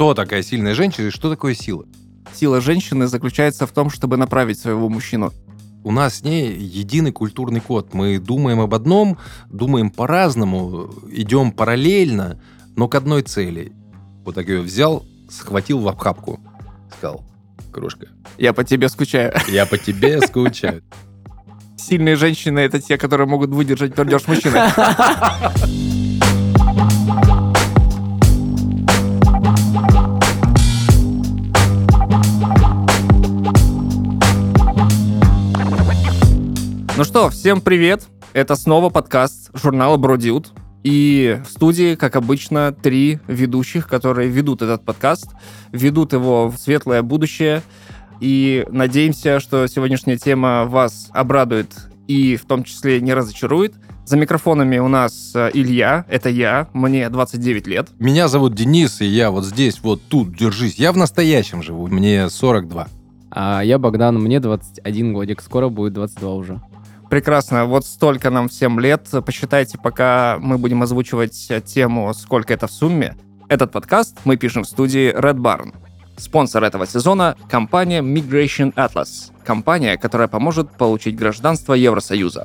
Кто такая сильная женщина и что такое сила? Сила женщины заключается в том, чтобы направить своего мужчину. У нас с ней единый культурный код. Мы думаем об одном, думаем по-разному, идем параллельно, но к одной цели. Вот так ее взял, схватил в охапку. Сказал: крошка, Я по тебе скучаю. я по тебе скучаю. Сильные женщины — это те, которые могут выдержать пердеж мужчины. Ну что, всем привет! Это снова подкаст журнала Бродюд. И в студии, как обычно, 3 ведущих, которые ведут этот подкаст, ведут его в светлое будущее. И надеемся, что сегодняшняя тема вас обрадует и в том числе не разочарует. За микрофонами у нас Илья, это я, мне 29 лет. Меня зовут Денис, и я вот здесь, вот тут, держись. Я в настоящем живу, мне 42. А я Богдан, мне 21 годик, скоро будет 22 уже. Прекрасно, вот столько нам всем лет. Посчитайте, пока мы будем озвучивать тему, сколько это в сумме. Этот подкаст мы пишем в студии Red Barn. Спонсор этого сезона — компания Migration Atlas. Компания, которая поможет получить гражданство Евросоюза.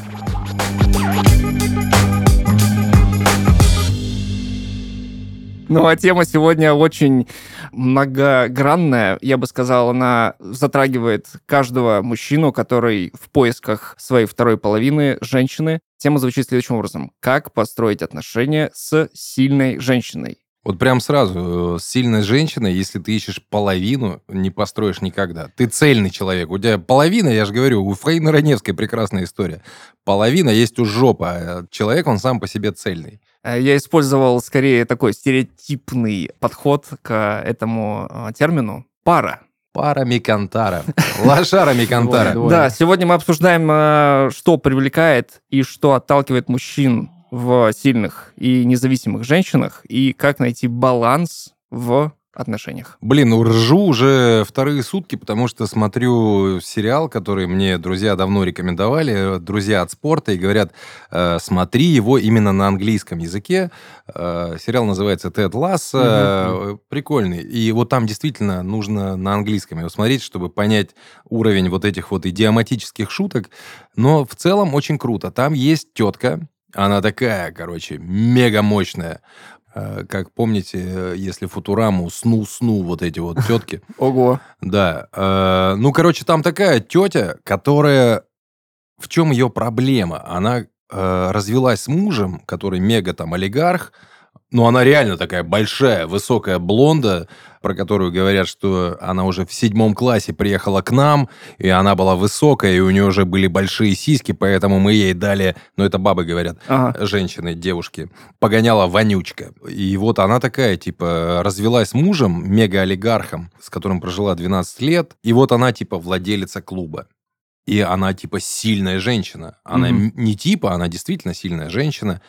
Ну, а тема сегодня очень многогранная. Я бы сказал, она затрагивает каждого мужчину, который в поисках своей второй половины, женщины. Тема звучит следующим образом. Как построить отношения с сильной женщиной? Вот прям сразу, с сильной женщиной, если ты ищешь половину, не построишь никогда. Ты цельный человек. У тебя половина, я же говорю, у Фаины Раневской прекрасная история. Половина есть у жопы, а человек, он сам по себе цельный. Я использовал скорее такой стереотипный подход к этому термину. Пара. Пара Микантара. Лошара Микантара. Да, сегодня мы обсуждаем, что привлекает и что отталкивает мужчин в сильных и независимых женщинах, и как найти баланс в отношениях. Блин, ну ржу уже вторые сутки, потому что смотрю сериал, который мне друзья давно рекомендовали, друзья от спорта, и говорят, смотри его именно на английском языке. Сериал называется «Тед Лассо», прикольный. И вот там действительно нужно на английском его смотреть, чтобы понять уровень вот этих вот идиоматических шуток. Но в целом очень круто. Там есть тетка, она такая, короче, мега мощная. Как помните, если Футураму сну вот эти вот тетки. Ого. Да. Ну, короче, там такая тетя, которая... В чем ее проблема? Она развелась с мужем, который мега там олигарх, но она реально такая большая, высокая блонда, про которую говорят, что она уже в 7 классе приехала к нам, и она была высокая, и у нее уже были большие сиськи, поэтому мы ей дали, ну это бабы говорят, женщины, девушки, погоняла вонючка. И вот она такая, типа, развелась с мужем, мега-олигархом, с которым прожила 12 лет, и вот она, типа, владелица клуба. И она, типа, сильная женщина. Она не типа, она действительно сильная женщина.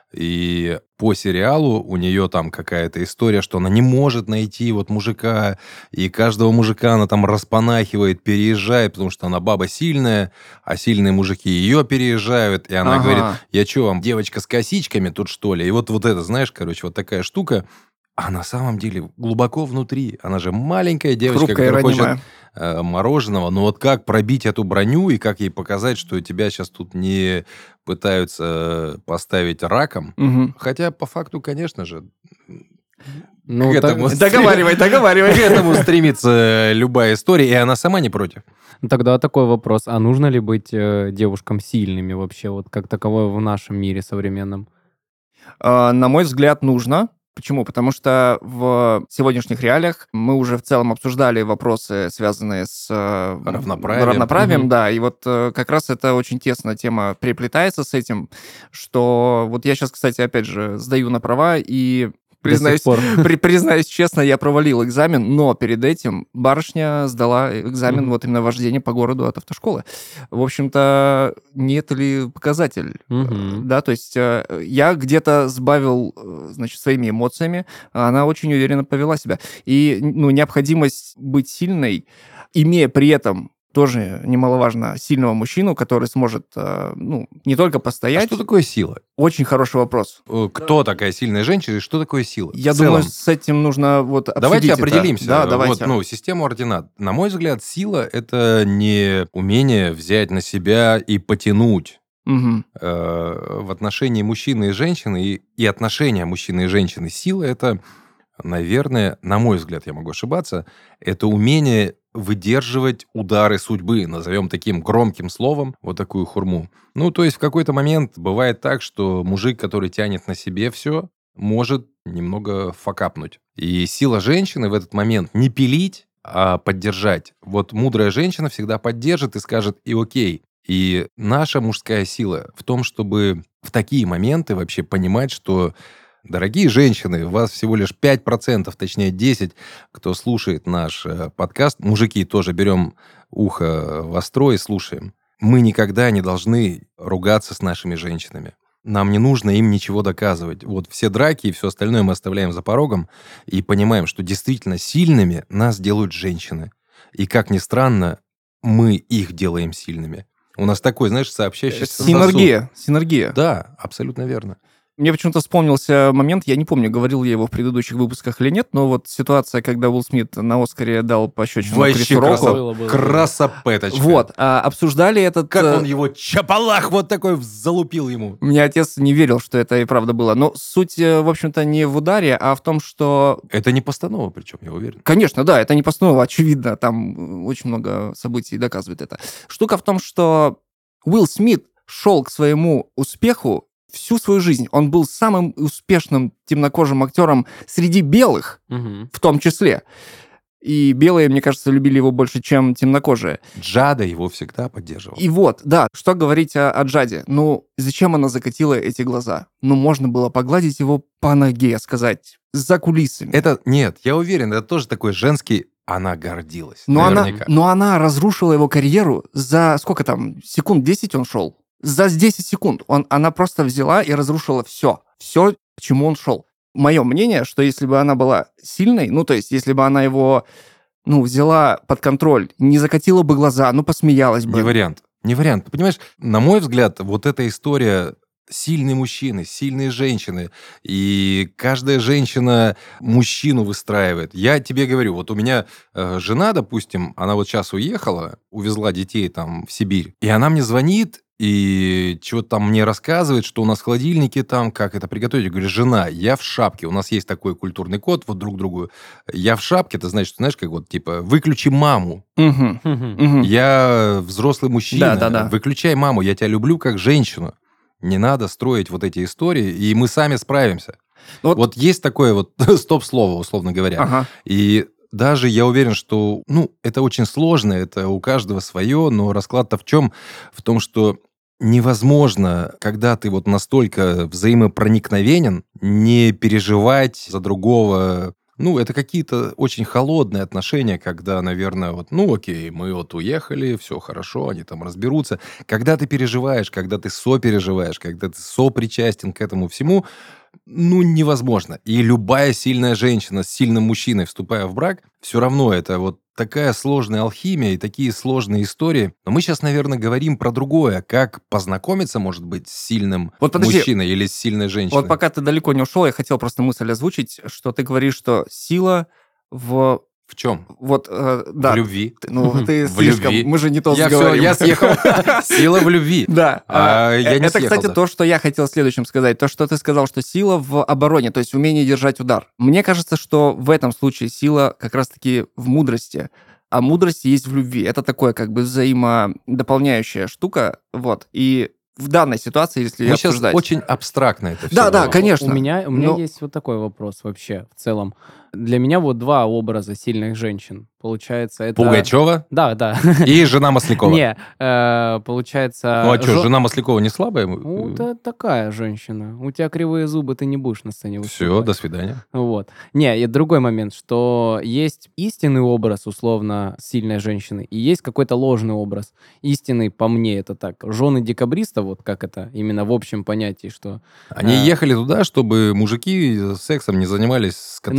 И по сериалу у нее там какая-то история, что она не может найти вот мужика, и каждого мужика она там распанахивает, переезжает, потому что она баба сильная, а сильные мужики ее переезжают, и она говорит, я что, вам девочка с косичками тут, что ли? И вот это, знаешь, короче, вот такая штука. А на самом деле глубоко внутри, она же маленькая девочка, которая хочет мороженого, но вот как пробить эту броню и как ей показать, что тебя сейчас тут не пытаются поставить раком, хотя по факту, конечно же, Ну, к этому Договаривай. к этому стремится любая история, и она сама не против. тогда такой вопрос. А нужно ли быть девушкам сильными вообще, вот как таковое в нашем мире современном? На мой взгляд, нужно. Почему? Потому что в сегодняшних реалиях мы уже в целом обсуждали вопросы, связанные с равноправием, да, и вот как раз это очень тесно тема переплетается с этим, что вот я сейчас, кстати, опять же, сдаю на права, и признаюсь честно, я провалил экзамен, но перед этим барышня сдала экзамен вот именно вождения по городу от автошколы. В общем-то, не это ли показатель? Да, то есть я где-то сбавил, значит, своими эмоциями, а она очень уверенно повела себя. И, ну, необходимость быть сильной, имея при этом тоже немаловажно, сильного мужчину, который сможет, не только постоять. А что такое сила? Очень хороший вопрос. Кто такая сильная женщина и что такое сила? Я думаю, с этим нужно обсудить. Давайте определимся. Да, давайте. Систему ординат. На мой взгляд, сила — это не умение взять на себя и потянуть. Угу. В отношении мужчины и женщины и отношения мужчины и женщины сила — это, наверное, на мой взгляд, я могу ошибаться, это умение выдерживать удары судьбы, назовем таким громким словом, вот такую хурму. То есть в какой-то момент бывает так, что мужик, который тянет на себе все, может немного факапнуть. И сила женщины в этот момент не пилить, а поддержать. Вот мудрая женщина всегда поддержит и скажет: и окей. И наша мужская сила в том, чтобы в такие моменты вообще понимать, что, дорогие женщины, у вас всего лишь 5%, точнее 10%, кто слушает наш подкаст. Мужики тоже берем ухо востро и слушаем. Мы никогда не должны ругаться с нашими женщинами. Нам не нужно им ничего доказывать. Вот все драки и все остальное мы оставляем за порогом и понимаем, что действительно сильными нас делают женщины. И, как ни странно, мы их делаем сильными. У нас такой, знаешь, сообщающийся синергия. сосуд. Синергия. Да, абсолютно верно. Мне почему-то вспомнился момент, я не помню, говорил я его в предыдущих выпусках или нет, но вот ситуация, когда Уилл Смит на Оскаре дал пощечину Крису Року. Красопеточка. Вот, обсуждали этот... Как он его чапалах вот такой залупил ему. Мне отец не верил, что это и правда было. Но суть, в общем-то, не в ударе, а в том, что... Это не постанова, причем, я уверен. Конечно, да, это не постанова, очевидно. Там очень много событий доказывает это. Штука в том, что Уилл Смит шел к своему успеху всю свою жизнь. Он был самым успешным темнокожим актером среди белых, в том числе. И белые, мне кажется, любили его больше, чем темнокожие. Джада его всегда поддерживала. И вот, да, что говорить о Джаде? Зачем она закатила эти глаза? Можно было погладить его по ноге, сказать, за кулисами. Нет, я уверен, это тоже такой женский... Она гордилась, но наверняка. Но она разрушила его карьеру за сколько там, секунд 10 он шел? За 10 секунд она просто взяла и разрушила все, к чему он шел. Мое мнение, что если бы она была сильной, то есть если бы она его, взяла под контроль, не закатила бы глаза, посмеялась бы. Не вариант. Понимаешь, на мой взгляд, вот эта история... Сильные мужчины, сильные женщины. И каждая женщина мужчину выстраивает. Я тебе говорю, вот у меня жена, допустим, она вот сейчас уехала, увезла детей там в Сибирь. И она мне звонит и чего-то там мне рассказывает, что у нас в холодильнике там, как это приготовить. Я говорю: жена, я в шапке. У нас есть такой культурный код вот друг другу. Я в шапке, это значит, знаешь, как вот типа выключи маму. Я взрослый мужчина. Да. Выключай маму, я тебя люблю как женщину. Не надо строить вот эти истории, и мы сами справимся. Вот есть такое вот стоп-слово, условно говоря. Ага. И даже я уверен, что, это очень сложно, это у каждого свое, но расклад-то в чем? В том, что невозможно, когда ты вот настолько взаимопроникновенен, не переживать за другого. Это какие-то очень холодные отношения, когда, наверное, окей, мы вот уехали, все хорошо, они там разберутся. Когда ты переживаешь, когда ты сопереживаешь, когда ты сопричастен к этому всему, невозможно. И любая сильная женщина с сильным мужчиной, вступая в брак, все равно это вот такая сложная алхимия и такие сложные истории. Но мы сейчас, наверное, говорим про другое. Как познакомиться, может быть, с сильным мужчиной или с сильной женщиной. Вот пока ты далеко не ушел, я хотел просто мысль озвучить, что ты говоришь, что сила в... В чем? Да. В любви. Ты в слишком... любви. Мы же не то говорим. Я съехал. Сила в любви. Да. Я не это, съехал, кстати, то, что я хотел следующим сказать. То, что ты сказал, что сила в обороне, то есть умение держать удар. Мне кажется, что в этом случае сила как раз-таки в мудрости. А мудрость есть в любви. Это такое как бы взаимодополняющая штука. И в данной ситуации, если мы сейчас обсуждать... очень абстрактно это все. Да, конечно. У меня есть вот такой вопрос вообще в целом. Для меня вот два образа сильных женщин. Получается, это... Пугачева? Да. И жена Маслякова? Не, получается... жена Маслякова не слабая? Это такая женщина. У тебя кривые зубы, ты не будешь на сцене выступать. Все, до свидания. Вот. Не, и другой момент, что есть истинный образ, условно, сильной женщины, и есть какой-то ложный образ. Истинный, по мне, это так. Жены декабриста, вот как это именно в общем понятии, что... Они ехали туда, чтобы мужики сексом не занимались с каторжанками.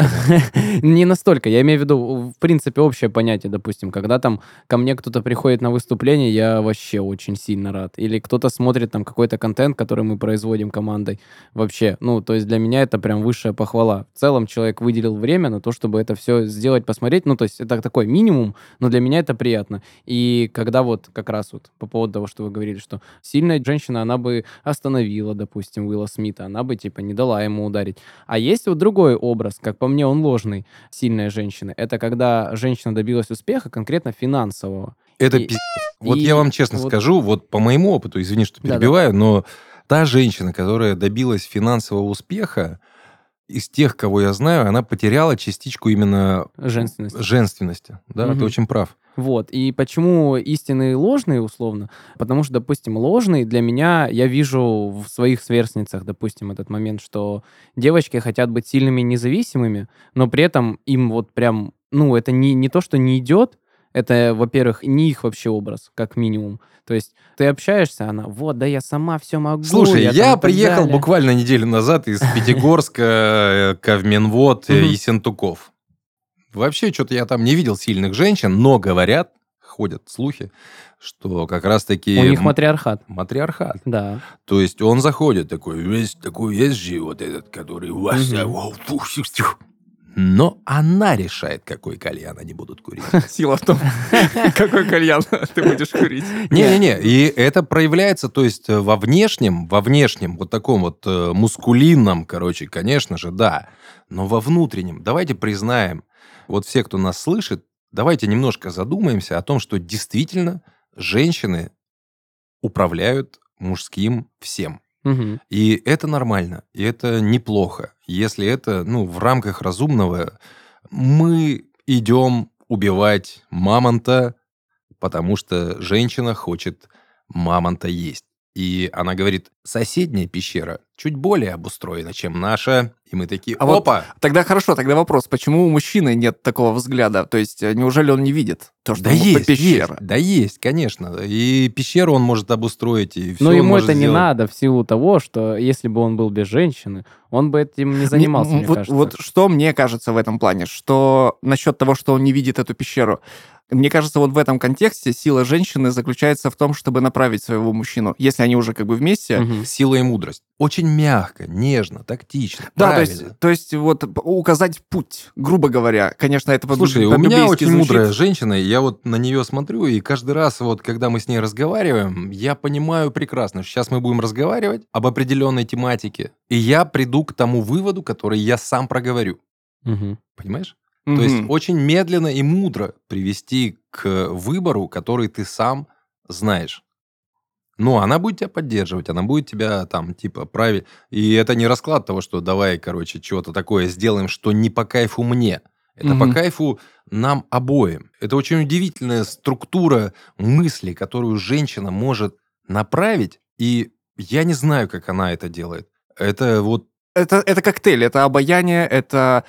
Не настолько. Я имею в виду, в принципе, общее понятие, допустим, когда там ко мне кто-то приходит на выступление, я вообще очень сильно рад. Или кто-то смотрит там какой-то контент, который мы производим командой. Вообще, ну, то есть для меня это прям высшая похвала. В целом человек выделил время на то, чтобы это все сделать, посмотреть. Ну, то есть это такой минимум, но для меня это приятно. И когда вот как раз вот по поводу того, что вы говорили, что сильная женщина, она бы остановила, допустим, Уилла Смита, она бы, типа, не дала ему ударить. А есть вот другой образ, как по мне, он ложный, сильная женщина. Это когда женщина добилась успеха, конкретно финансового. Это пиздец. Вот я вам честно скажу, вот по моему опыту, извини, что перебиваю, но та женщина, которая добилась финансового успеха, из тех, кого я знаю, она потеряла частичку именно женственности. Да, ты очень прав. Вот. И почему истинные ложные, условно? Потому что, допустим, ложные для меня, я вижу в своих сверстницах, допустим, этот момент, что девочки хотят быть сильными и независимыми, но при этом им вот прям, ну, это не то, что не идет, это, во-первых, не их вообще образ, как минимум. То есть ты общаешься, она, вот, да я сама все могу. Слушай, я приехал буквально неделю назад из Пятигорска, Кавминвод, Ессентуков. Вообще, что-то я там не видел сильных женщин, но говорят, ходят слухи, что как раз-таки... У них матриархат. Матриархат. Да. То есть он заходит такой, есть же вот этот, который... Но она решает, какой кальян они будут курить. Сила в том, какой кальян ты будешь курить. Не-не-не, и это проявляется, то есть во внешнем, вот таком вот мускулинном, короче, конечно же, да, но во внутреннем, давайте признаем, вот все, кто нас слышит, давайте немножко задумаемся о том, что действительно женщины управляют мужским всем. Угу. И это нормально, и это неплохо. Если это, ну, в рамках разумного, мы идем убивать мамонта, потому что женщина хочет мамонта есть. И она говорит, соседняя пещера чуть более обустроена, чем наша. И мы такие, опа! Вот тогда хорошо, тогда вопрос, почему у мужчины нет такого взгляда? То есть неужели он не видит то, что пещера? Да есть, конечно. И пещеру он может обустроить, и все. Но ему это не надо в силу того, что если бы он был без женщины, он бы этим не занимался, мне кажется. Вот что мне кажется в этом плане, что насчет того, что он не видит эту пещеру. Мне кажется, вот в этом контексте сила женщины заключается в том, чтобы направить своего мужчину, если они уже как бы вместе. Сила и мудрость. Очень мягко, нежно, тактично, да, то есть вот указать путь, грубо говоря. Конечно, это Слушай, у меня очень мудрая женщина, я вот на нее смотрю, и каждый раз, вот когда мы с ней разговариваем, я понимаю прекрасно, что сейчас мы будем разговаривать об определенной тематике, и я приду к тому выводу, который я сам проговорю. Понимаешь? То есть очень медленно и мудро привести к выбору, который ты сам знаешь. Ну, она будет тебя поддерживать, она будет тебя там, типа, править. И это не расклад того, что давай, короче, чего-то такое сделаем, что не по кайфу мне. Это по кайфу нам обоим. Это очень удивительная структура мысли, которую женщина может направить. И я не знаю, как она это делает. Это вот это коктейль, это обаяние, это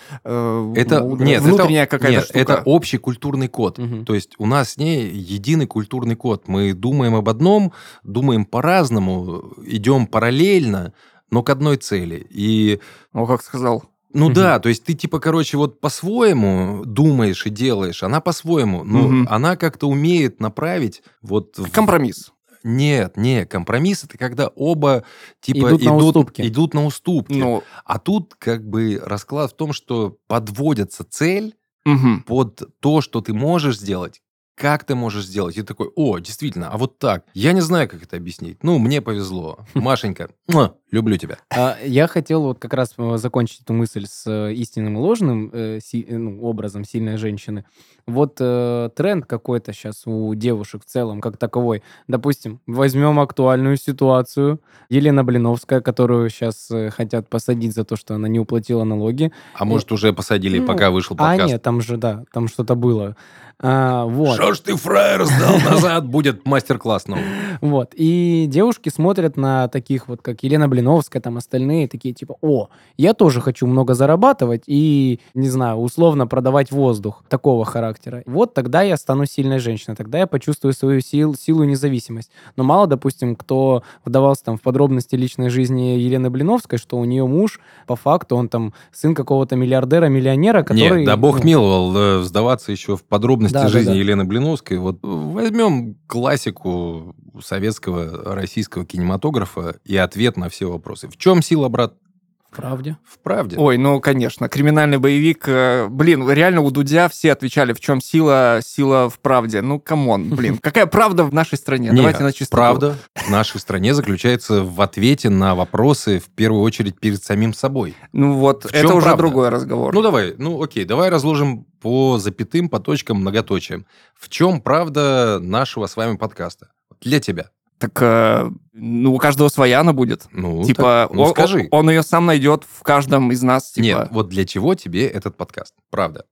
внутренняя какая-то штука. Это общий культурный код. То есть у нас с ней единый культурный код. Мы думаем об одном, думаем по-разному, идем параллельно, но к одной цели. И... как сказал. Ну да, то есть ты типа, короче, вот по-своему думаешь и делаешь, она по-своему. Но она как-то умеет направить вот... Компромисс. Нет, компромисс — это когда оба типа идут на уступки. Ну... А тут как бы расклад в том, что подводится цель под то, что ты можешь сделать, как ты можешь сделать. И ты такой, действительно, а вот так. Я не знаю, как это объяснить. Ну, мне повезло. Машенька, люблю тебя. Я хотел вот как раз закончить эту мысль с истинным и ложным образом сильной женщины. Вот тренд какой-то сейчас у девушек в целом, как таковой. Допустим, возьмем актуальную ситуацию. Елена Блиновская, которую сейчас хотят посадить за то, что она не уплатила налоги. А может, уже посадили, пока вышел подкаст? Нет, там же, да, там что-то было. Вот. Что ж ты, фраер, сдал назад, будет мастер-класс новый. Вот. И девушки смотрят на таких вот, как Елена Блиновская, там остальные, такие типа, я тоже хочу много зарабатывать и, не знаю, условно продавать воздух такого характера. Вот тогда я стану сильной женщиной, тогда я почувствую свою силу и независимость. Но мало, допустим, кто вдавался там в подробности личной жизни Елены Блиновской, что у нее муж, по факту, он там сын какого-то миллиардера-миллионера, который... Нет, да бог миловал, сдаваться еще в подробности жизни Елены Блиновской. Вот возьмем классику советского, российского кинематографа и ответ на все вопросы. В чем сила, брат? В правде. В правде. Ой, ну, конечно. Криминальный боевик. Блин, реально у Дудя все отвечали, в чем сила в правде. Ну, камон, блин. Какая правда в нашей стране? Давайте на чистоту. Правда в нашей стране заключается в ответе на вопросы, в первую очередь, перед самим собой. Ну вот, это уже другой разговор. Ну, давай, окей, давай разложим по запятым, по точкам, многоточием. В чем правда нашего с вами подкаста? Для тебя. Так, у каждого своя она будет. Скажи. Он ее сам найдет в каждом из нас. Нет, вот для чего тебе этот подкаст? Правда.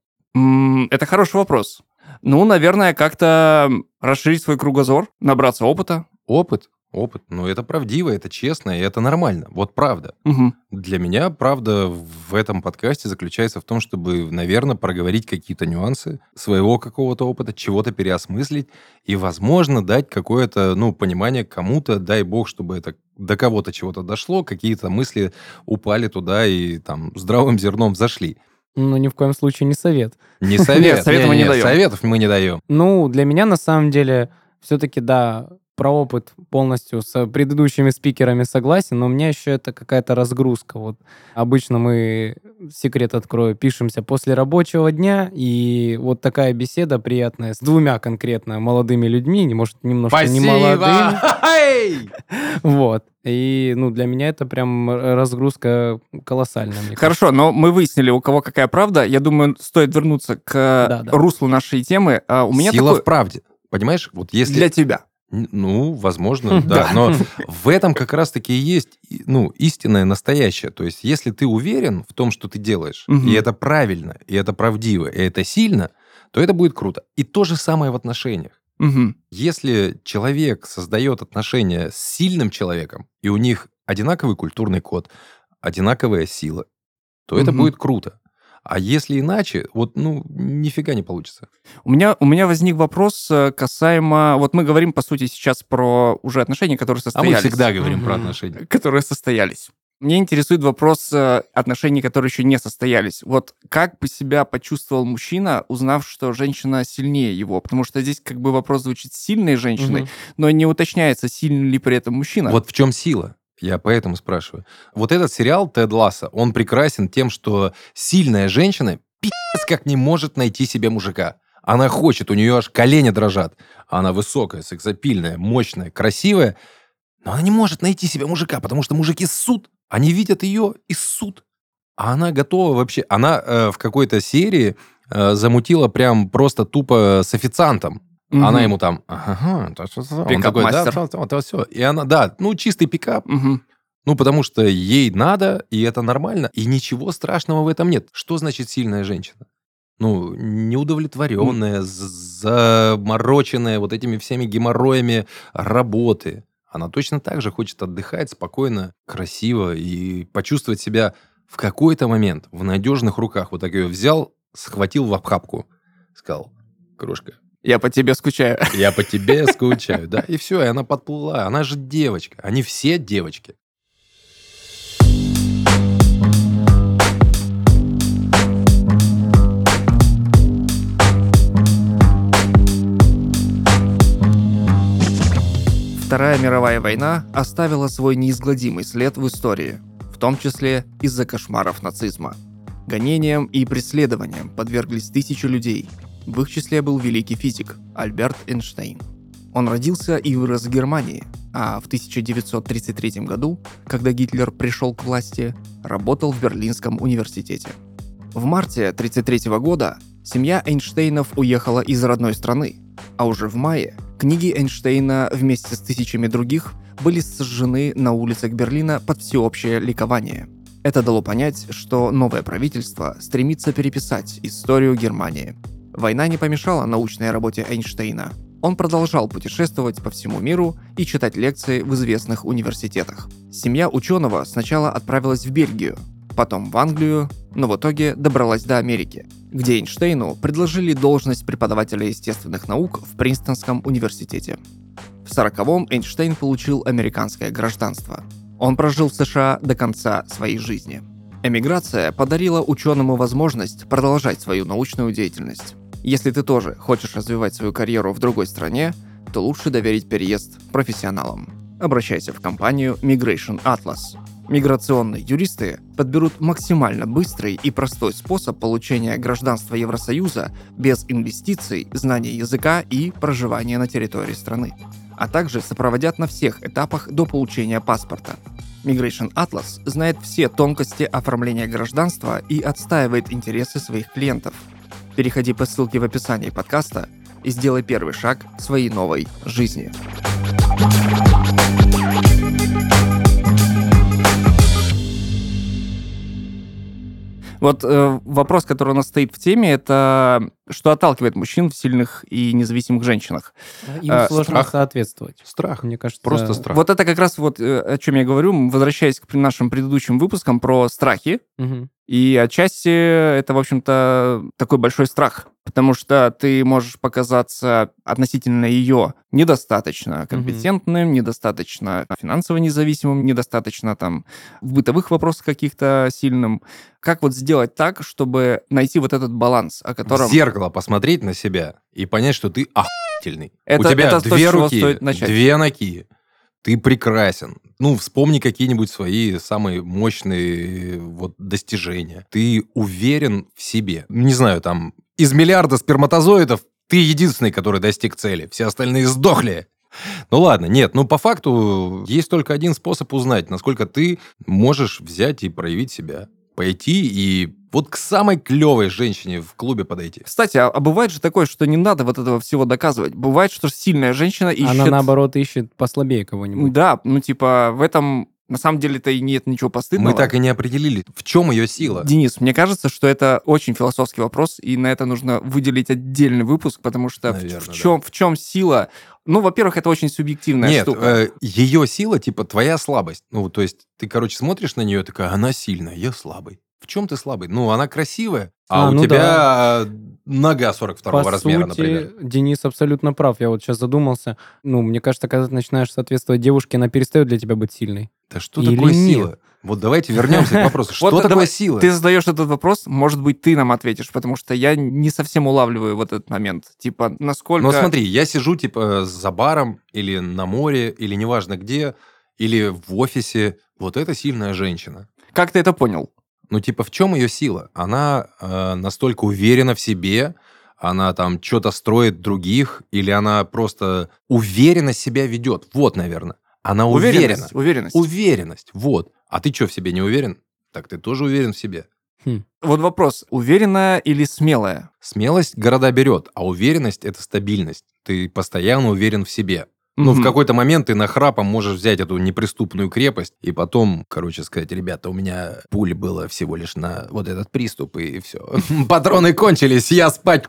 Это хороший вопрос. Наверное, как-то расширить свой кругозор, набраться опыта. Опыт. Это правдиво, это честно, и это нормально. Вот правда. Угу. Для меня правда в этом подкасте заключается в том, чтобы, наверное, проговорить какие-то нюансы своего какого-то опыта, чего-то переосмыслить и, возможно, дать какое-то, понимание кому-то, дай бог, чтобы это до кого-то чего-то дошло, какие-то мысли упали туда и там здравым зерном взошли. Ни в коем случае не совет. Не совет. Советов мы не даем. Советов мы не даем. Для меня, на самом деле, все-таки, да, про опыт полностью с предыдущими спикерами согласен, но у меня еще это какая-то разгрузка. Вот обычно мы, секрет открою, пишемся после рабочего дня, и вот такая беседа приятная с двумя конкретно молодыми людьми, может, немножко не молодыми. Вот. И, для меня это прям разгрузка колоссальная. Хорошо, но мы выяснили, у кого какая правда. Я думаю, стоит вернуться к руслу нашей темы. У меня сила в правде. Понимаешь? Вот если... Для тебя. Возможно, да. Но в этом как раз-таки и есть, истинное, настоящее. То есть, если ты уверен в том, что ты делаешь, и это правильно, и это правдиво, и это сильно, то это будет круто. И то же самое в отношениях. Если человек создает отношения с сильным человеком, и у них одинаковый культурный код, одинаковая сила, то это будет круто. А если иначе, нифига не получится. У меня возник вопрос касаемо... Вот мы говорим, по сути, сейчас про уже отношения, которые состоялись. А мы всегда говорим про отношения. Которые состоялись. Мне интересует вопрос отношений, которые еще не состоялись. Вот как бы себя почувствовал мужчина, узнав, что женщина сильнее его? Потому что здесь как бы вопрос звучит сильной женщиной, но не уточняется, сильный ли при этом мужчина. Вот в чем сила? Я поэтому спрашиваю. Вот этот сериал «Тед Лассо», он прекрасен тем, что сильная женщина пи***ц как не может найти себе мужика. Она хочет, у нее аж колени дрожат. Она высокая, сексапильная, мощная, красивая, но она не может найти себе мужика, потому что мужики ссут. Они видят ее и ссут. А она готова вообще... Она в какой-то серии замутила прям просто тупо с официантом. Она ему там, он такой, да, все. И она, чистый пикап. Потому что ей надо, и это нормально, и ничего страшного в этом нет. Что значит сильная женщина? Неудовлетворенная, замороченная вот этими всеми геморроями работы. Она точно так же хочет отдыхать спокойно, красиво и почувствовать себя в какой-то момент в надежных руках. Вот так ее взял, схватил в охапку, сказал, крошка, я по тебе скучаю. Я по тебе скучаю, да. И все, и она подплыла. Она же девочка. Они все девочки. Вторая мировая война оставила свой неизгладимый след в истории, в том числе из-за кошмаров нацизма. Гонениям и преследованиям подверглись тысячи людей. В их числе был великий физик Альберт Эйнштейн. Он родился и вырос в Германии, а в 1933 году, когда Гитлер пришел к власти, работал в Берлинском университете. В марте 1933 года семья Эйнштейнов уехала из родной страны, а уже в мае книги Эйнштейна вместе с тысячами других были сожжены на улицах Берлина под всеобщее ликование. Это дало понять, что новое правительство стремится переписать историю Германии. Война не помешала научной работе Эйнштейна. Он продолжал путешествовать по всему миру и читать лекции в известных университетах. Семья ученого сначала отправилась в Бельгию, потом в Англию, но в итоге добралась до Америки, где Эйнштейну предложили должность преподавателя естественных наук в Принстонском университете. В 1940-м Эйнштейн получил американское гражданство. Он прожил в США до конца своей жизни. Эмиграция подарила ученому возможность продолжать свою научную деятельность. Если ты тоже хочешь развивать свою карьеру в другой стране, то лучше доверить переезд профессионалам. Обращайся в компанию Migration Atlas. Миграционные юристы подберут максимально быстрый и простой способ получения гражданства Евросоюза без инвестиций, знания языка и проживания на территории страны, а также сопроводят на всех этапах до получения паспорта. Migration Atlas знает все тонкости оформления гражданства и отстаивает интересы своих клиентов. Переходи по ссылке в описании подкаста и сделай первый шаг к своей новой жизни. Вот вопрос, который у нас стоит в теме, это что отталкивает мужчин в сильных и независимых женщинах? Им сложно соответствовать. Страх. Мне кажется, просто страх. Вот это как раз вот о чем я говорю, возвращаясь к нашим предыдущим выпускам про страхи. Угу. И отчасти это, в общем-то, такой большой страх, потому что ты можешь показаться относительно ее недостаточно компетентным, недостаточно финансово независимым, недостаточно там в бытовых вопросах каких-то сильным. Как вот сделать так, чтобы найти вот этот баланс, о котором... В зеркало посмотреть на себя и понять, что ты охуительный. У Это тебя то, две с чего руки, стоит начать. две ноги. Ты прекрасен. Ну, вспомни какие-нибудь свои самые мощные вот достижения. Ты уверен в себе. Не знаю, там, из миллиарда сперматозоидов ты единственный, который достиг цели. Все остальные сдохли. Ну ладно, нет, ну по факту есть только один способ узнать, насколько ты можешь взять и проявить себя. Пойти и вот к самой клевой женщине в клубе подойти. Кстати, а бывает же такое, что не надо вот этого всего доказывать. Бывает, что сильная женщина ищет... Она, наоборот, ищет послабее кого-нибудь. Да, ну типа в этом... На самом деле-то и нет ничего постыдного. Мы так и не определили, в чем ее сила. Денис, мне кажется, что это очень философский вопрос, и на это нужно выделить отдельный выпуск, потому что наверное, в чем сила? Ну, во-первых, это очень субъективная штука. Нет, ее сила, типа, твоя слабость. Ну, то есть, ты, короче, смотришь на нее, такая, она сильная, я слабый. В чем ты слабый? Ну, она красивая, у ну тебя нога 42-го размера, сути, например. Денис абсолютно прав. Я вот сейчас задумался. Ну, мне кажется, когда ты начинаешь соответствовать девушке, она перестает для тебя быть сильной. Да что Или такое нет? сила? Вот давайте вернемся к вопросу. Что Вот такое сила? Ты задаешь этот вопрос, может быть, ты нам ответишь, потому что я не совсем улавливаю вот этот момент. Типа, насколько... Ну, смотри, я сижу, типа, за баром, или на море, или неважно где, или в офисе. Вот это сильная женщина. Как ты это понял? Ну, типа, в чем ее сила? Она настолько уверена в себе, она там что-то строит других, или она просто уверенно себя ведет. Вот, наверное. Она уверена. Уверенность, вот. А ты что, в себе не уверен? Так ты тоже уверен в себе. Вот вопрос, уверенная или смелая? Смелость города берет, а уверенность – это стабильность. Ты постоянно уверен в себе. Ну, в какой-то момент ты нахрапом можешь взять эту неприступную крепость и потом, короче, сказать, ребята, у меня пули было всего лишь на вот этот приступ, и все. Патроны кончились, я спать.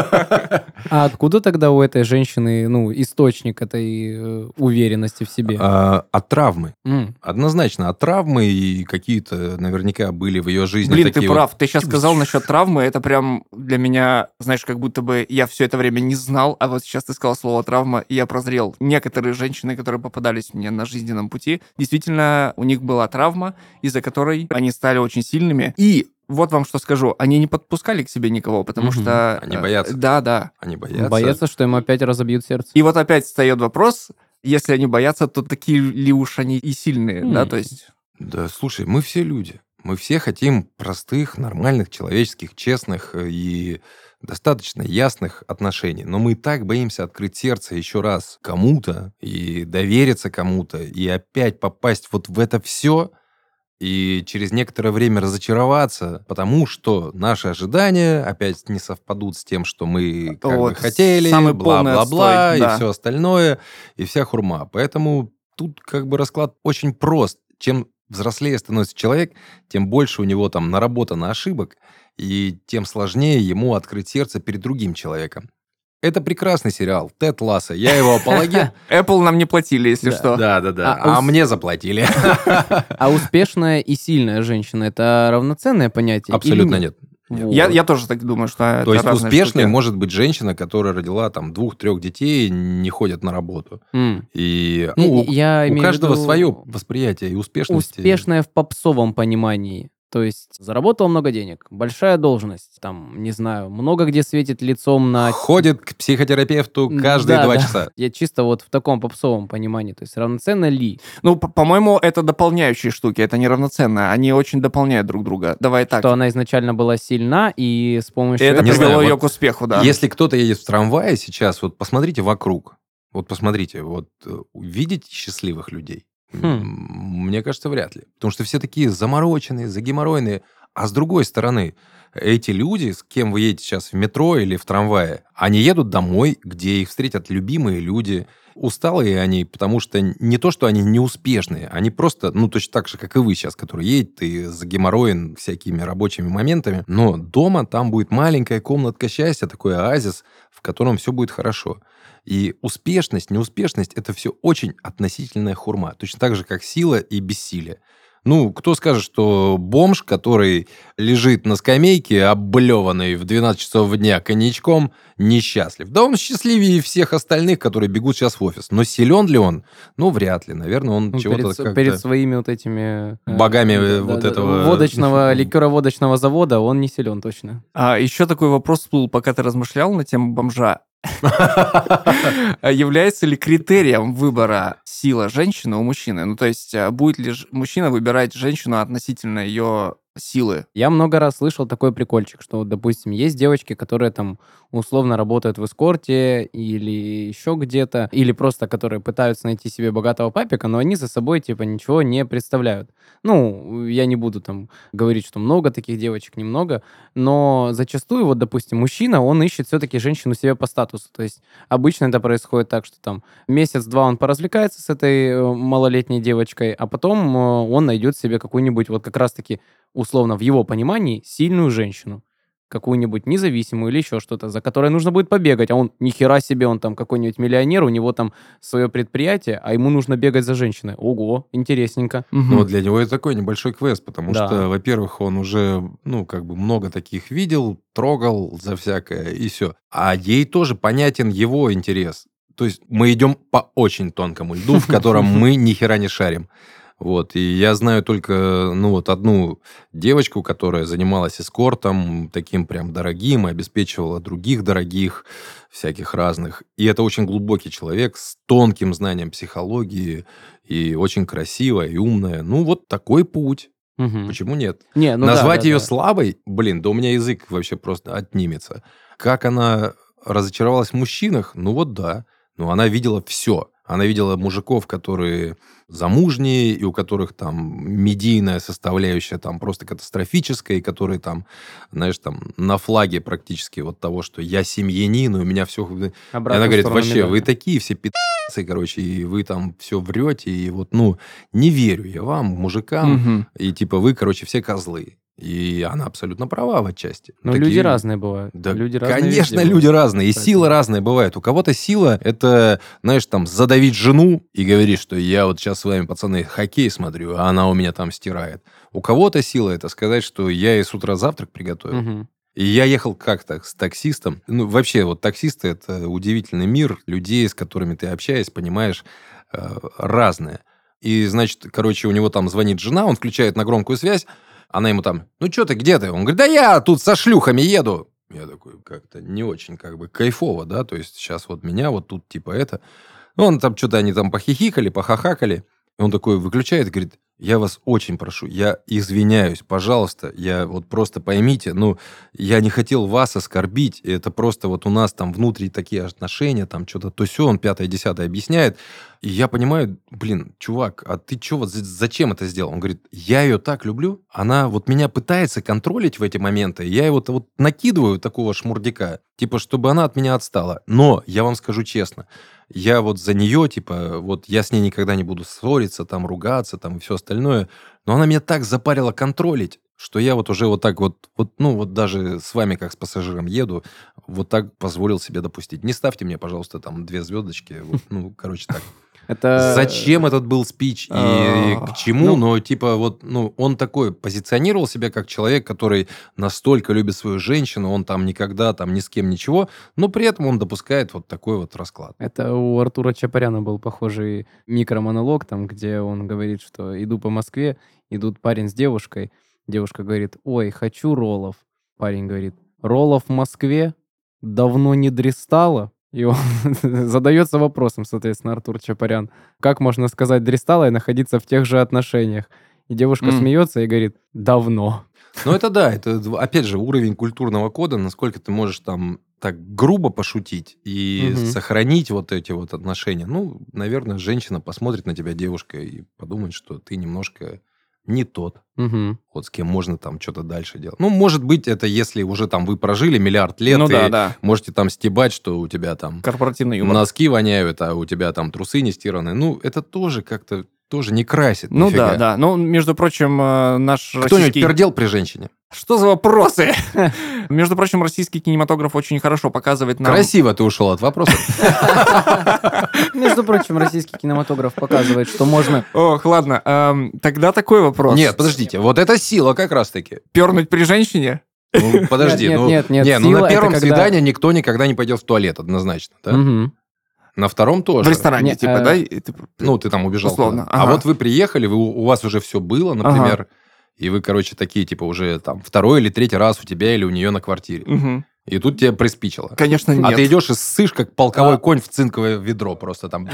А откуда тогда у этой женщины, ну, источник этой уверенности в себе? От травмы. Однозначно, от травмы, и какие-то наверняка были в ее жизни Блин, такие... ты прав. Ты сейчас сказал насчет травмы, это прям для меня, знаешь, как будто бы я все это время не знал, а вот сейчас ты сказал слово травма, и я прозрел. Некоторые женщины, которые попадались мне на жизненном пути, действительно, у них была травма, из-за которой они стали очень сильными. И вот вам что скажу, они не подпускали к себе никого, потому что... Они боятся. Да. Они боятся. Боятся, что им опять разобьют сердце. И вот опять встает вопрос, если они боятся, то такие ли уж они и сильные, да, то есть... Да, слушай, мы все люди. Мы все хотим простых, нормальных, человеческих, честных и достаточно ясных отношений. Но мы так боимся открыть сердце еще раз кому-то и довериться кому-то, и опять попасть вот в это все, и через некоторое время разочароваться, потому что наши ожидания опять не совпадут с тем, что мы как бы хотели, бла-бла-бла, и все остальное, и вся хурма. Поэтому тут как бы расклад очень прост. Чем взрослее становится человек, тем больше у него там наработано ошибок, и тем сложнее ему открыть сердце перед другим человеком. Это прекрасный сериал. Тед Лассо. Я его апологет. Apple нам не платили, если что. Да. А мне заплатили. А успешная и сильная женщина — это равноценное понятие? Абсолютно нет. Вот. Я тоже так думаю, что то это есть успешной может быть женщина, которая родила там 2-3 детей, не ходит на работу. И у каждого свое восприятие и успешности. Успешная в попсовом понимании. То есть заработал много денег, большая должность, там, не знаю, много где светит лицом на... Ходит к психотерапевту каждые 2 часа. Я чисто вот в таком попсовом понимании. То есть равноценно ли? Ну, по-моему, это дополняющие штуки, это не равноценно. Они очень дополняют друг друга. Давай так. Что она изначально была сильна, и с помощью... Это привело ее к успеху, да. Если кто-то едет в трамвае сейчас, вот посмотрите вокруг. Вот посмотрите, вот видите счастливых людей? Мне кажется, вряд ли. Потому что все такие замороченные, загеморройные. А с другой стороны, эти люди, с кем вы едете сейчас в метро или в трамвае, они едут домой, где их встретят любимые люди. Усталые они, потому что не то, что они неуспешные, они просто, точно так же, как и вы сейчас, который едет и загеморроен всякими рабочими моментами. Но дома там будет маленькая комнатка счастья, такой оазис, в котором все будет хорошо. И успешность, неуспешность – это все очень относительная хурма. Точно так же, как сила и бессилие. Кто скажет, что бомж, который лежит на скамейке, облеванный в 12 часов дня коньячком, несчастлив? Да он счастливее всех остальных, которые бегут сейчас в офис. Но силен ли он? Вряд ли. Наверное, он чего-то как-то... Перед своими вот этими... богами этого... Ликероводочного завода он не силен точно. А еще такой вопрос всплыл, пока ты размышлял на тему бомжа. Является ли критерием выбора сила женщины у мужчины? То есть будет ли мужчина выбирать женщину относительно ее силы? Я много раз слышал такой прикольчик, что, допустим, есть девочки, которые там условно работают в эскорте или еще где-то, или просто которые пытаются найти себе богатого папика, но они за собой ничего не представляют. Я не буду там говорить, что много таких девочек, немного, но зачастую, допустим, мужчина, он ищет все-таки женщину себе по статусу. То есть обычно это происходит так, что там месяц-два он поразвлекается с этой малолетней девочкой, а потом он найдет себе какую-нибудь как раз-таки условно в его понимании сильную женщину. Какую-нибудь независимую или еще что-то, за которой нужно будет побегать. А он ни хера себе, он там какой-нибудь миллионер, у него там свое предприятие, а ему нужно бегать за женщиной. Ого, интересненько. Для него это такой небольшой квест, потому что, во-первых, он уже, много таких видел, трогал за всякое, и все. А ей тоже понятен его интерес. То есть мы идем по очень тонкому льду, в котором мы ни хера не шарим. И я знаю только, одну девочку, которая занималась эскортом, таким прям дорогим, и обеспечивала других дорогих, всяких разных. И это очень глубокий человек с тонким знанием психологии, и очень красивая, и умная. Такой путь. Почему нет? Назвать ее слабой, да у меня язык вообще просто отнимется. Как она разочаровалась в мужчинах? Да. Но она видела все. Она видела мужиков, которые замужние, и у которых там медийная составляющая там просто катастрофическая, и которые там, знаешь, там на флаге практически того, что я семьянин, и у меня все... И она говорит, вообще, вы такие все пи***цы, и вы там все врете, и не верю я вам, мужикам, и вы, все козлы. И она абсолютно права в отчасти. Люди разные бывают. Да, конечно, люди разные. И сила разная бывает. У кого-то сила — это, знаешь, там, задавить жену и говорить, что я сейчас с вами, пацаны, хоккей смотрю, а она у меня там стирает. У кого-то сила — это сказать, что я ей с утра завтрак приготовил. И я ехал как-то с таксистом. Вообще, таксисты — это удивительный мир людей, с которыми ты общаешься, понимаешь, разные. И, значит, у него там звонит жена, он включает на громкую связь, она ему там, что ты, где ты? Он говорит, да я тут со шлюхами еду. Я такой, как-то не очень кайфово, да, то есть сейчас меня тут это. Он там что-то, они там похихикали, похахакали. И он такой выключает и говорит, я вас очень прошу, я извиняюсь, пожалуйста, я просто поймите, я не хотел вас оскорбить, это просто у нас там внутри такие отношения, там что-то то сё, он 5-10 объясняет, и я понимаю, чувак, а ты что, зачем это сделал? Он говорит, я ее так люблю, она меня пытается контролить в эти моменты, я его накидываю такого шмурдяка, чтобы она от меня отстала, но я вам скажу честно, я за нее, я с ней никогда не буду ссориться, там, ругаться, там, и все остальное. Но она меня так запарила контролить. что я вот уже вот так вот, ну, вот даже с вами, как с пассажиром еду, вот так позволил себе допустить. Не ставьте мне, пожалуйста, там 2 звездочки. Вот, ну, короче, так. Зачем этот был спич и к чему? Но, типа, вот, ну, он такой позиционировал себя как человек, который настолько любит свою женщину, он там никогда там ни с кем ничего, но при этом он допускает вот такой вот расклад. Это у Артура Чапаряна был похожий микромонолог, там, где он говорит, что иду по Москве, идут парень с девушкой, девушка говорит, ой, хочу роллов. Парень говорит, роллов в Москве? Давно не дристало? И он задается вопросом, соответственно, Артур Чапарян, как можно сказать дристало и находиться в тех же отношениях? И девушка смеется и говорит, давно. Ну, это да, это, опять же, уровень культурного кода, насколько ты можешь там так грубо пошутить и сохранить вот эти вот отношения. Ну, наверное, женщина посмотрит на тебя, девушка, и подумает, что ты немножко не тот, вот с кем можно там что-то дальше делать. Ну, может быть, это если уже там вы прожили миллиард лет, ну, и да. можете там стебать, что у тебя там корпоративный юмор. Носки воняют, а у тебя там трусы не стираны. Ну, это тоже как-то тоже не красит. Ну, нифига. да. Ну, между прочим, наш Кто-нибудь российский... пердел при женщине? Что за вопросы? Между прочим, российский кинематограф очень хорошо показывает нам... Красиво ты ушел от вопросов. Между прочим, российский кинематограф показывает, что можно... Ох, ладно. Тогда такой вопрос. Нет, подождите. Вот это сила как раз-таки. Пернуть при женщине? Ну, подожди. Нет. Ну, на первом свидании никто никогда не пойдет в туалет, однозначно. На втором тоже. В ресторане, типа, да? Ну, ты там убежал. Условно. А вот вы приехали, у вас уже все было, например, и вы, короче, такие, типа, уже там 2-й или 3-й раз у тебя или у нее на квартире. И тут тебе приспичило. Конечно, нет. А ты идешь и ссышь, как полковой конь в цинковое ведро просто там.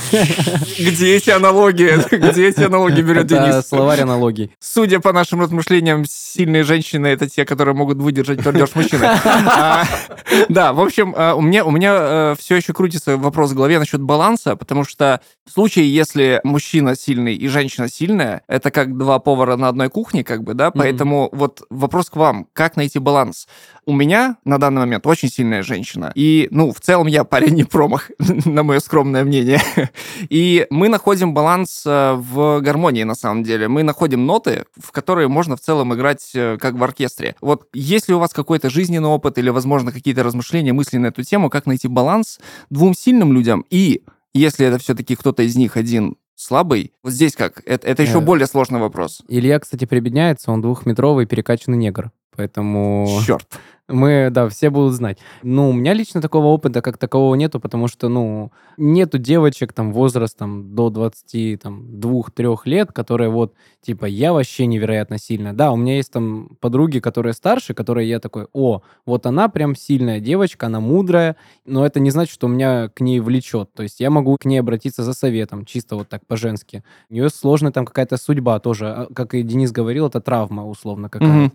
Где эти аналогии? Где эти аналогии берет Денис? Это словарь аналогий. Судя по нашим размышлениям, сильные женщины — это те, которые могут выдержать пердеж мужчины. Да, в общем, у меня все еще крутится вопрос в голове насчет баланса, потому что в случае, если мужчина сильный и женщина сильная, это как 2 повара на одной кухне, как бы, да, поэтому вот вопрос к вам, как найти баланс? У меня на данный момент очень сильная женщина. И, ну, в целом я парень не промах, на мое скромное мнение. И мы находим баланс в гармонии, на самом деле. Мы находим ноты, в которые можно в целом играть как в оркестре. Вот если у вас какой-то жизненный опыт или, возможно, какие-то размышления, мысли на эту тему, как найти баланс 2 сильным людям, и если это все-таки кто-то из них один слабый, вот здесь как? Это еще более сложный вопрос. Илья, кстати, прибедняется, он 2-метровый перекачанный негр. Поэтому... Черт. Мы, да, все будут знать. Ну, у меня лично такого опыта как такового нету, потому что, ну, нету девочек там возрастом до 22-3 лет, которые вот, типа, я вообще невероятно сильная. Да, у меня есть там подруги, которые старше, которые я такой, о, вот она прям сильная девочка, она мудрая, но это не значит, что меня к ней влечет. То есть я могу к ней обратиться за советом, чисто вот так по-женски. У нее сложная там какая-то судьба тоже, как и Денис говорил, это травма условно какая-то.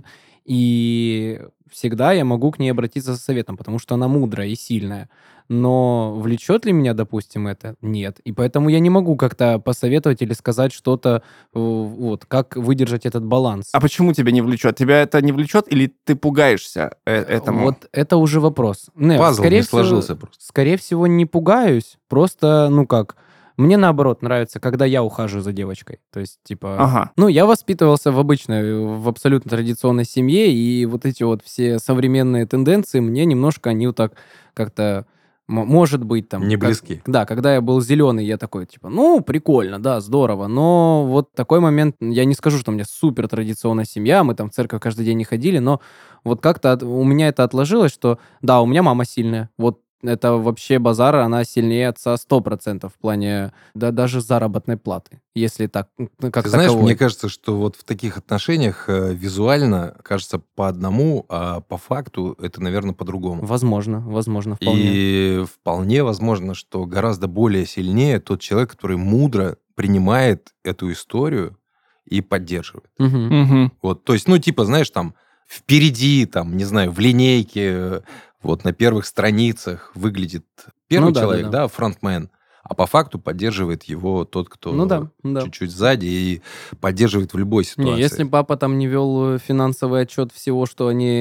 И всегда я могу к ней обратиться за советом, потому что она мудрая и сильная. Но влечет ли меня, допустим, это? Нет. И поэтому я не могу как-то посоветовать или сказать что-то, вот, как выдержать этот баланс. А почему тебя не влечет? Тебя это не влечет или ты пугаешься этому? Вот это уже вопрос. Пазл не сложился просто. Скорее всего, не пугаюсь. Просто, ну как... Мне, наоборот, нравится, когда я ухаживаю за девочкой. То есть, типа... Ну, я воспитывался в обычной, в абсолютно традиционной семье, и вот эти вот все современные тенденции мне немножко, они вот так как-то... Может быть, там... Не близки. Да, когда я был зеленый, я такой, типа, ну, прикольно, да, здорово, но вот такой момент, я не скажу, что у меня супер традиционная семья, мы там в церковь каждый день не ходили, но вот как-то у меня это отложилось, что, да, у меня мама сильная, вот это вообще базар, она сильнее отца 100% в плане даже заработной платы, если так, как Ты знаешь, таковой. мне кажется, что вот в таких отношениях визуально кажется по одному, а по факту это, наверное, по-другому. Возможно, вполне. И вполне возможно, что гораздо более сильнее тот человек, который мудро принимает эту историю и поддерживает. Вот, то есть, ну, типа, знаешь, там, впереди, там, не знаю, в линейке, вот на первых страницах выглядит первый человек, да, фронтмен, а по факту поддерживает его тот, кто чуть-чуть сзади и поддерживает в любой ситуации. Не, если папа там не вел финансовый отчет всего, что они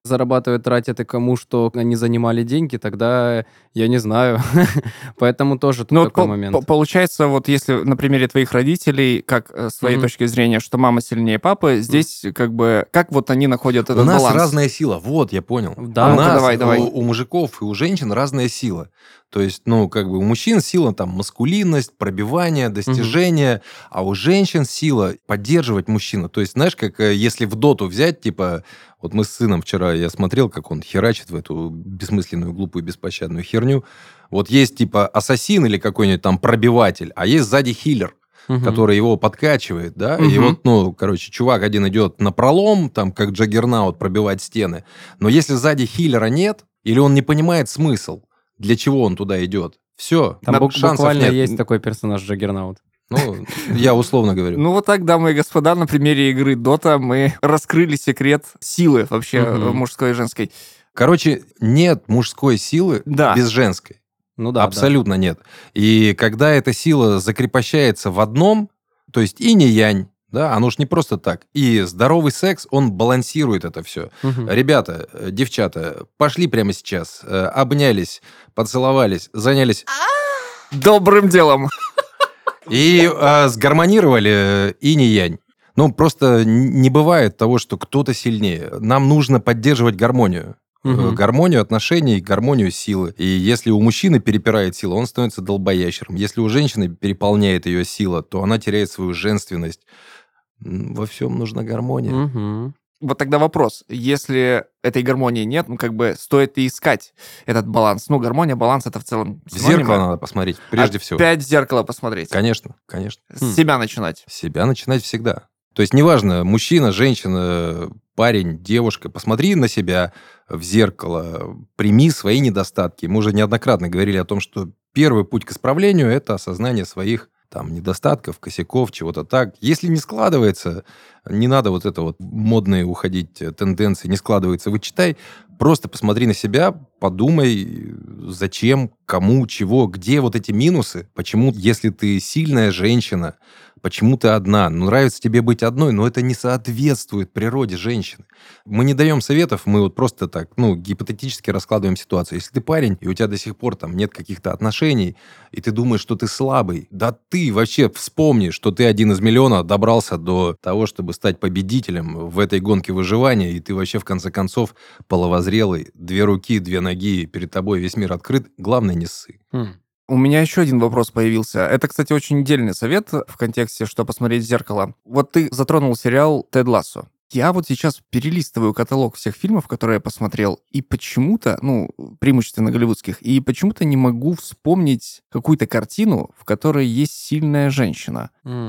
зарабатывают, тратят и кому, что они занимали деньги, тогда я не знаю. Поэтому тоже тут такой момент. Получается, вот если на примере твоих родителей, как с твоей точки зрения, что мама сильнее папы, здесь как бы, как вот они находят этот баланс? У нас разная сила, вот, я понял. Да, у нас, давай. У мужиков и у женщин разная сила. То есть, как бы у мужчин сила там маскулинность, пробивание, достижение, а у женщин сила поддерживать мужчину. То есть, знаешь, как если в доту взять, типа, вот мы с сыном вчера, я смотрел, как он херачит в эту бессмысленную, глупую, беспощадную херню. Вот есть типа ассасин или какой-нибудь там пробиватель, а есть сзади хиллер, который его подкачивает, да, и вот, чувак один идет напролом, там, как Джаггернаут, пробивать стены, но если сзади хиллера нет, или он не понимает смысл, для чего он туда идет, все, там буквально нет. Есть такой персонаж Джаггернаут. Я условно говорю. Вот так, дамы и господа, на примере игры Dota мы раскрыли секрет силы вообще мужской и женской. Короче, нет мужской силы без женской. Абсолютно нет. И когда эта сила закрепощается в одном, то есть инь-янь, да, оно ж не просто так. И здоровый секс, он балансирует это все. Ребята, девчата, пошли прямо сейчас, обнялись, поцеловались, занялись добрым делом. И сгармонировали инь-янь. Просто не бывает того, что кто-то сильнее. Нам нужно поддерживать гармонию. Гармонию отношений, гармонию силы. И если у мужчины перепирает сила, он становится долбоящером. Если у женщины переполняет ее сила, то она теряет свою женственность. Во всем нужна гармония. Вот тогда вопрос. Если этой гармонии нет, стоит и искать этот баланс. Гармония, баланс — это в целом синонимы. В зеркало надо посмотреть, прежде всего. Опять в зеркало посмотреть. Конечно. С себя начинать. С себя начинать всегда. То есть неважно, мужчина, женщина, парень, девушка, посмотри на себя в зеркало, прими свои недостатки. Мы уже неоднократно говорили о том, что первый путь к исправлению — это осознание своих недостатков, косяков, чего-то так. Если не складывается, не надо вот это вот модные уходить тенденции, не складывается, вычитай, просто посмотри на себя, подумай, зачем, кому, чего, где вот эти минусы, почему, если ты сильная женщина, почему ты одна? Нравится тебе быть одной, но это не соответствует природе женщины. Мы не даем советов, мы вот просто так, гипотетически раскладываем ситуацию. Если ты парень, и у тебя до сих пор нет каких-то отношений, и ты думаешь, что ты слабый, да ты вообще вспомни, что ты один из миллиона добрался до того, чтобы стать победителем в этой гонке выживания, и ты вообще, в конце концов, половозрелый, 2 руки, 2 ноги, перед тобой весь мир открыт, главное, не ссы. У меня еще один вопрос появился. Это, кстати, очень дельный совет в контексте, что посмотреть в зеркало. Вот ты затронул сериал «Тед Лассо». Я вот сейчас перелистываю каталог всех фильмов, которые я посмотрел, и почему-то, преимущественно голливудских, и почему-то не могу вспомнить какую-то картину, в которой есть сильная женщина.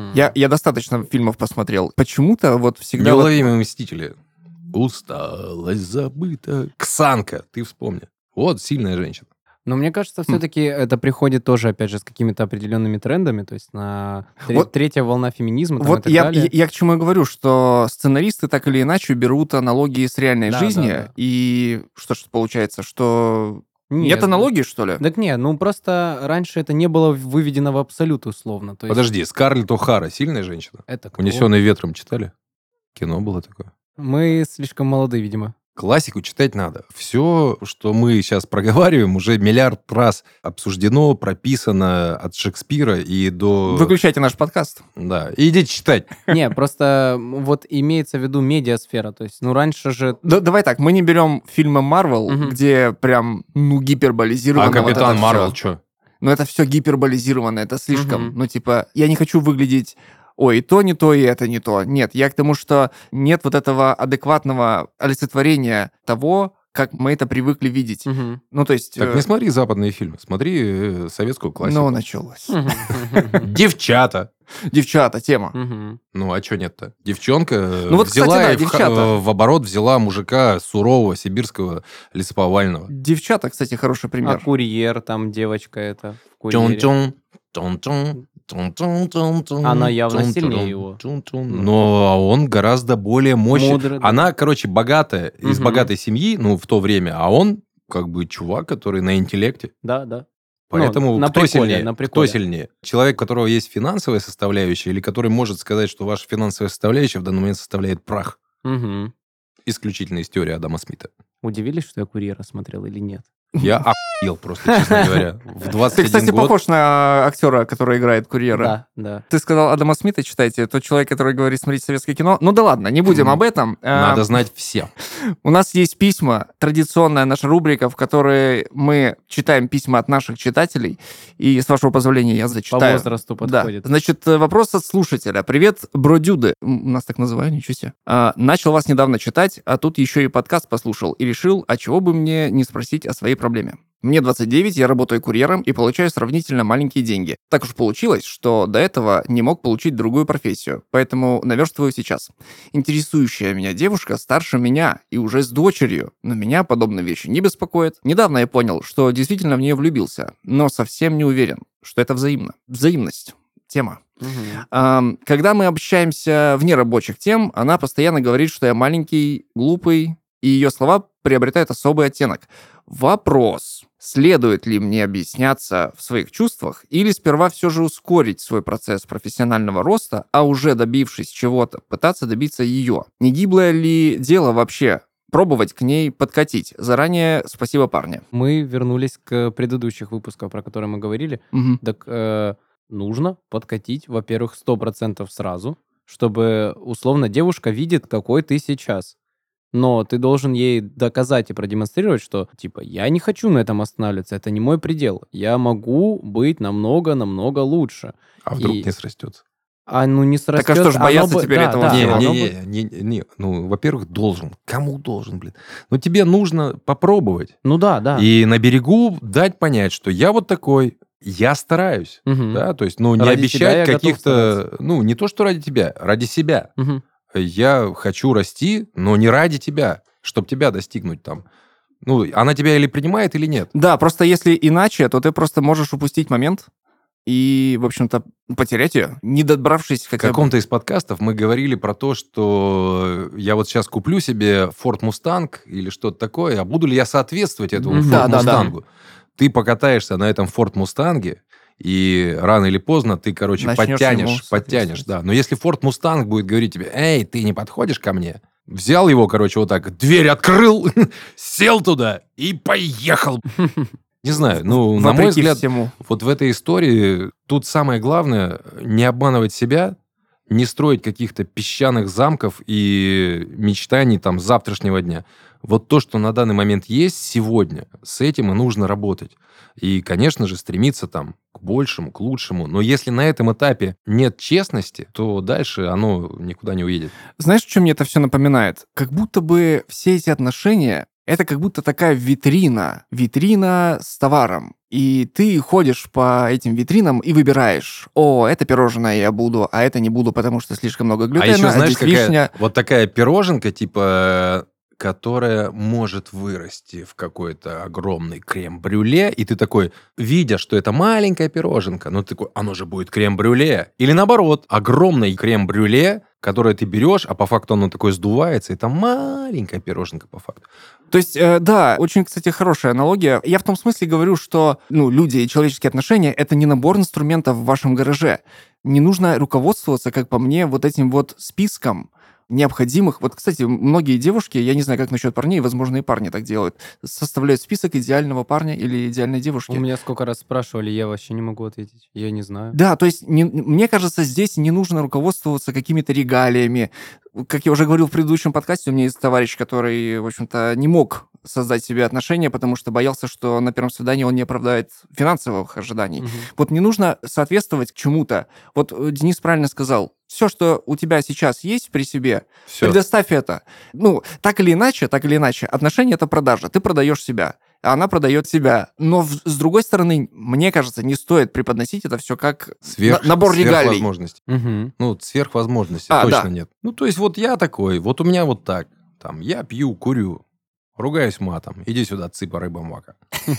Я достаточно фильмов посмотрел. Почему-то вот всегда... «Неуловимые мстители». «Усталость забыта». «Ксанка», ты вспомни. Вот сильная женщина. Но мне кажется, все-таки это приходит тоже, опять же, с какими-то определенными трендами, то есть на третья волна феминизма. Вот я к чему и говорю, что сценаристы так или иначе берут аналогии с реальной жизнью, и что ж получается, что... Нет аналогии, что ли? Так нет, просто раньше это не было выведено в абсолют условно. То есть... Подожди, Скарлетт О'Хара сильная женщина? Это кто? «Унесенный ветром» читали? Кино было такое. Мы слишком молоды, видимо. Классику читать надо. Все, что мы сейчас проговариваем, уже миллиард раз обсуждено, прописано от Шекспира и до... Выключайте наш подкаст. Да, и идите читать. Не, просто вот имеется в виду медиасфера. То есть, раньше же... Давай так, мы не берем фильмы Марвел, где прям, гиперболизировано. А Капитан Марвел что? Это все гиперболизировано, это слишком. Я не хочу выглядеть... Ой, и то не то, и это не то. Нет, я к тому, что нет вот этого адекватного олицетворения того, как мы это привыкли видеть. То есть... Так не смотри западные фильмы, смотри советскую классику. Началось. Девчата. Девчата, тема. А что нет-то? Девчонка взяла в оборот взяла мужика сурового, сибирского, лесоповального. Девчата, кстати, хороший пример. А курьер, там девочка эта в курьере. Она явно сильнее его. Но он гораздо более мощный. Мудрый, да. Она, богатая, из богатой семьи, в то время, а он чувак, который на интеллекте. Да. Поэтому на кто приколе, сильнее? Кто сильнее? Человек, у которого есть финансовая составляющая, или который может сказать, что ваша финансовая составляющая в данный момент составляет прах? исключительно из теории Адама Смита. Удивились, что я «Курьера» смотрел или нет? Я охуел просто, честно говоря. В 21 Ты, кстати, год... похож на актера, который играет курьера. Да, да. Ты сказал Адама Смита, читайте, тот человек, который говорит, смотрите советское кино. Ну да ладно, не будем об этом. Надо знать всем. У нас есть письма, традиционная наша рубрика, в которой мы читаем письма от наших читателей. И, с вашего позволения, я зачитаю. По возрасту подходит. Да. Значит, вопрос от слушателя. Привет, бродюды. У нас так называют, ничего себе. Начал вас недавно читать, а тут еще и подкаст послушал. И решил, а чего бы мне не спросить о своей проблеме. Мне 29, я работаю курьером и получаю сравнительно маленькие деньги. Так уж получилось, что до этого не мог получить другую профессию, поэтому наверстываю сейчас. Интересующая меня девушка старше меня и уже с дочерью, но меня подобные вещи не беспокоят. Недавно я понял, что действительно в нее влюбился, но совсем не уверен, что это взаимно. Взаимность. Тема. Когда мы общаемся вне рабочих тем, она постоянно говорит, что я маленький, глупый, и ее слова приобретают особый оттенок. Вопрос. Следует ли мне объясняться в своих чувствах или сперва все же ускорить свой процесс профессионального роста, а уже добившись чего-то, пытаться добиться ее? Не гиблое ли дело вообще пробовать к ней подкатить? Заранее спасибо, парни. Мы вернулись к предыдущих выпускам, про которые мы говорили. Так нужно подкатить, во-первых, 100% сразу, чтобы, условно, девушка видит, какой ты сейчас. Но ты должен ей доказать и продемонстрировать, что, типа, я не хочу на этом останавливаться, это не мой предел. Я могу быть намного-намного лучше. А вдруг не срастется? Не срастется. Так а что ж, бояться теперь этого всего? Не. Ну, во-первых, должен. Кому должен, блин? Ну, тебе нужно попробовать. Ну да. И на берегу дать понять, что я вот такой, я стараюсь. Да, то есть, не обещать каких-то... Не то, что ради тебя, ради себя. Я хочу расти, но не ради тебя, чтобы тебя достигнуть там. Она тебя или принимает, или нет. Да, просто если иначе, то ты просто можешь упустить момент и, в общем-то, потерять ее, не добравшись хотя бы... В каком-то из подкастов мы говорили про то, что я вот сейчас куплю себе Ford Mustang или что-то такое, а буду ли я соответствовать этому Ford Mustang? Ты покатаешься на этом Ford Mustang, и рано или поздно ты, подтянешь, да. Но если Ford Mustang будет говорить тебе, эй, ты не подходишь ко мне, взял его, вот так, дверь открыл, сел туда и поехал. Не знаю, на мой взгляд, вот в этой истории тут самое главное не обманывать себя, не строить каких-то песчаных замков и мечтаний там завтрашнего дня. Вот то, что на данный момент есть сегодня, с этим и нужно работать. И, конечно же, стремиться там к большему, к лучшему. Но если на этом этапе нет честности, то дальше оно никуда не уедет. Знаешь, что мне это все напоминает? Как будто бы все эти отношения — это как будто такая витрина с товаром. И ты ходишь по этим витринам и выбираешь: о, это пирожное я буду, а это не буду, потому что слишком много глютена, а еще, знаешь, здесь вишня. Вот такая пироженка, типа... которая может вырасти в какой-то огромный крем-брюле, и ты такой, видя, что это маленькая пироженка, ты такой, оно же будет крем-брюле. Или наоборот, огромный крем-брюле, которое ты берешь, а по факту оно такое сдувается, и там маленькая пироженка по факту. То есть, да, очень, кстати, хорошая аналогия. Я в том смысле говорю, что люди и человеческие отношения — это не набор инструментов в вашем гараже. Не нужно руководствоваться, как по мне, вот этим вот списком необходимых. Вот, кстати, многие девушки, я не знаю, как насчет парней, возможно, и парни так делают, составляют список идеального парня или идеальной девушки. У меня сколько раз спрашивали, я вообще не могу ответить. Я не знаю. Да, то есть, мне кажется, здесь не нужно руководствоваться какими-то регалиями. Как я уже говорил в предыдущем подкасте, у меня есть товарищ, который, в общем-то, не мог создать себе отношения, потому что боялся, что на первом свидании он не оправдает финансовых ожиданий. Вот не нужно соответствовать чему-то. Вот Денис правильно сказал, все, что у тебя сейчас есть при себе, предоставь это. Так или иначе, отношения — это продажа. Ты продаешь себя, а она продает себя. Но, с другой стороны, мне кажется, не стоит преподносить это все как набор регалий. Сверхвозможностей. Сверхвозможностей точно нет. То есть вот я такой, вот у меня вот так. Там, я пью, курю, ругаюсь матом. Иди сюда, цыпа, рыба, мака.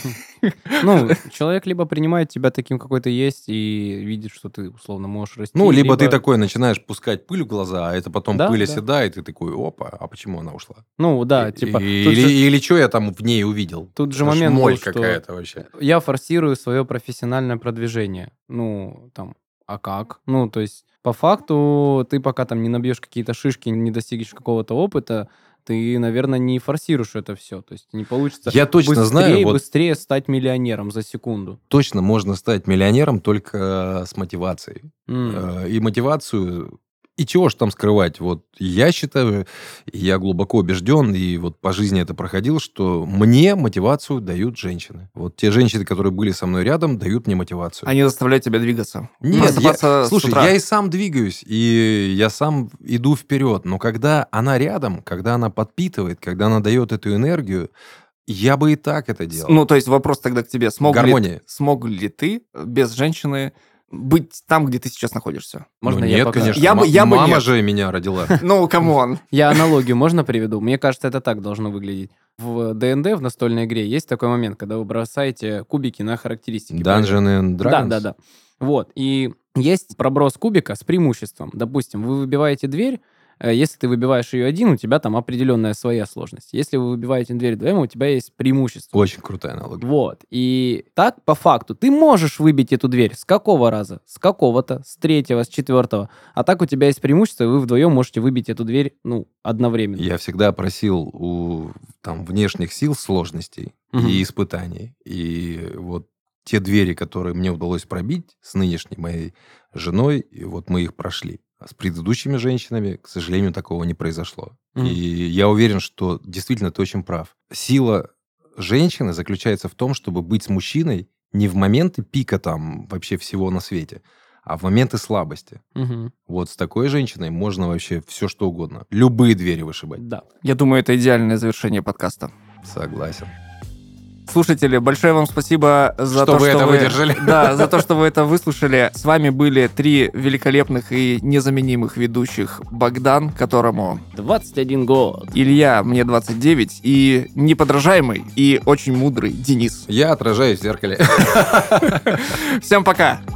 Человек либо принимает тебя таким, какой ты есть, и видит, что ты, условно, можешь расти. Либо ты такой начинаешь пускать пыль в глаза, а это потом пыль оседает, и ты такой, опа, а почему она ушла? Типа... Или что я там в ней увидел? Тут же момент моль какая-то вообще. Я форсирую свое профессиональное продвижение. А как? То есть, по факту, ты пока там не набьешь какие-то шишки, не достигнешь какого-то опыта, ты, наверное, не форсируешь это все. То есть не получится Я точно знаю, быстрее стать миллионером за секунду. Точно можно стать миллионером только с мотивацией. И мотивацию... И чего ж там скрывать? Вот я считаю, я глубоко убежден, и вот по жизни это проходил, что мне мотивацию дают женщины. Вот те женщины, которые были со мной рядом, дают мне мотивацию. Они заставляют тебя двигаться. Нет, слушай, я и сам двигаюсь, и я сам иду вперед. Но когда она рядом, когда она подпитывает, когда она дает эту энергию, я бы и так это делал. Ну, то есть вопрос тогда к тебе. Смог ли ты без женщины быть там, где ты сейчас находишься? Можно нет, конечно. Мама же меня родила. Ну, камон. Я аналогию можно приведу? Мне кажется, это так должно выглядеть. В ДНД, в настольной игре, есть такой момент, когда вы бросаете кубики на характеристики. Dungeons and Dragons? Да. Вот. И есть проброс кубика с преимуществом. Допустим, вы выбиваете дверь, если ты выбиваешь ее один, у тебя там определенная своя сложность. Если вы выбиваете дверь вдвоем, у тебя есть преимущество. Очень крутая аналогия. Вот. И так, по факту, ты можешь выбить эту дверь с какого раза? С какого-то, с третьего, с четвертого. А так у тебя есть преимущество, и вы вдвоем можете выбить эту дверь, одновременно. Я всегда просил у внешних сил сложностей и испытаний. И вот те двери, которые мне удалось пробить с нынешней моей женой, и вот мы их прошли. А с предыдущими женщинами, к сожалению, такого не произошло. И я уверен, что действительно ты очень прав. Сила женщины заключается в том, чтобы быть с мужчиной не в моменты пика там вообще всего на свете, а в моменты слабости. Вот с такой женщиной можно вообще все что угодно. Любые двери вышибать. Да. Я думаю, это идеальное завершение подкаста. Согласен. Слушатели, большое вам спасибо за то, что вы выдержали. Да, за то, что вы это выслушали. С вами были 3 великолепных и незаменимых ведущих. Богдан, которому 21 год. Илья, мне 29, и неподражаемый, и очень мудрый Денис. Я отражаюсь в зеркале. Всем пока!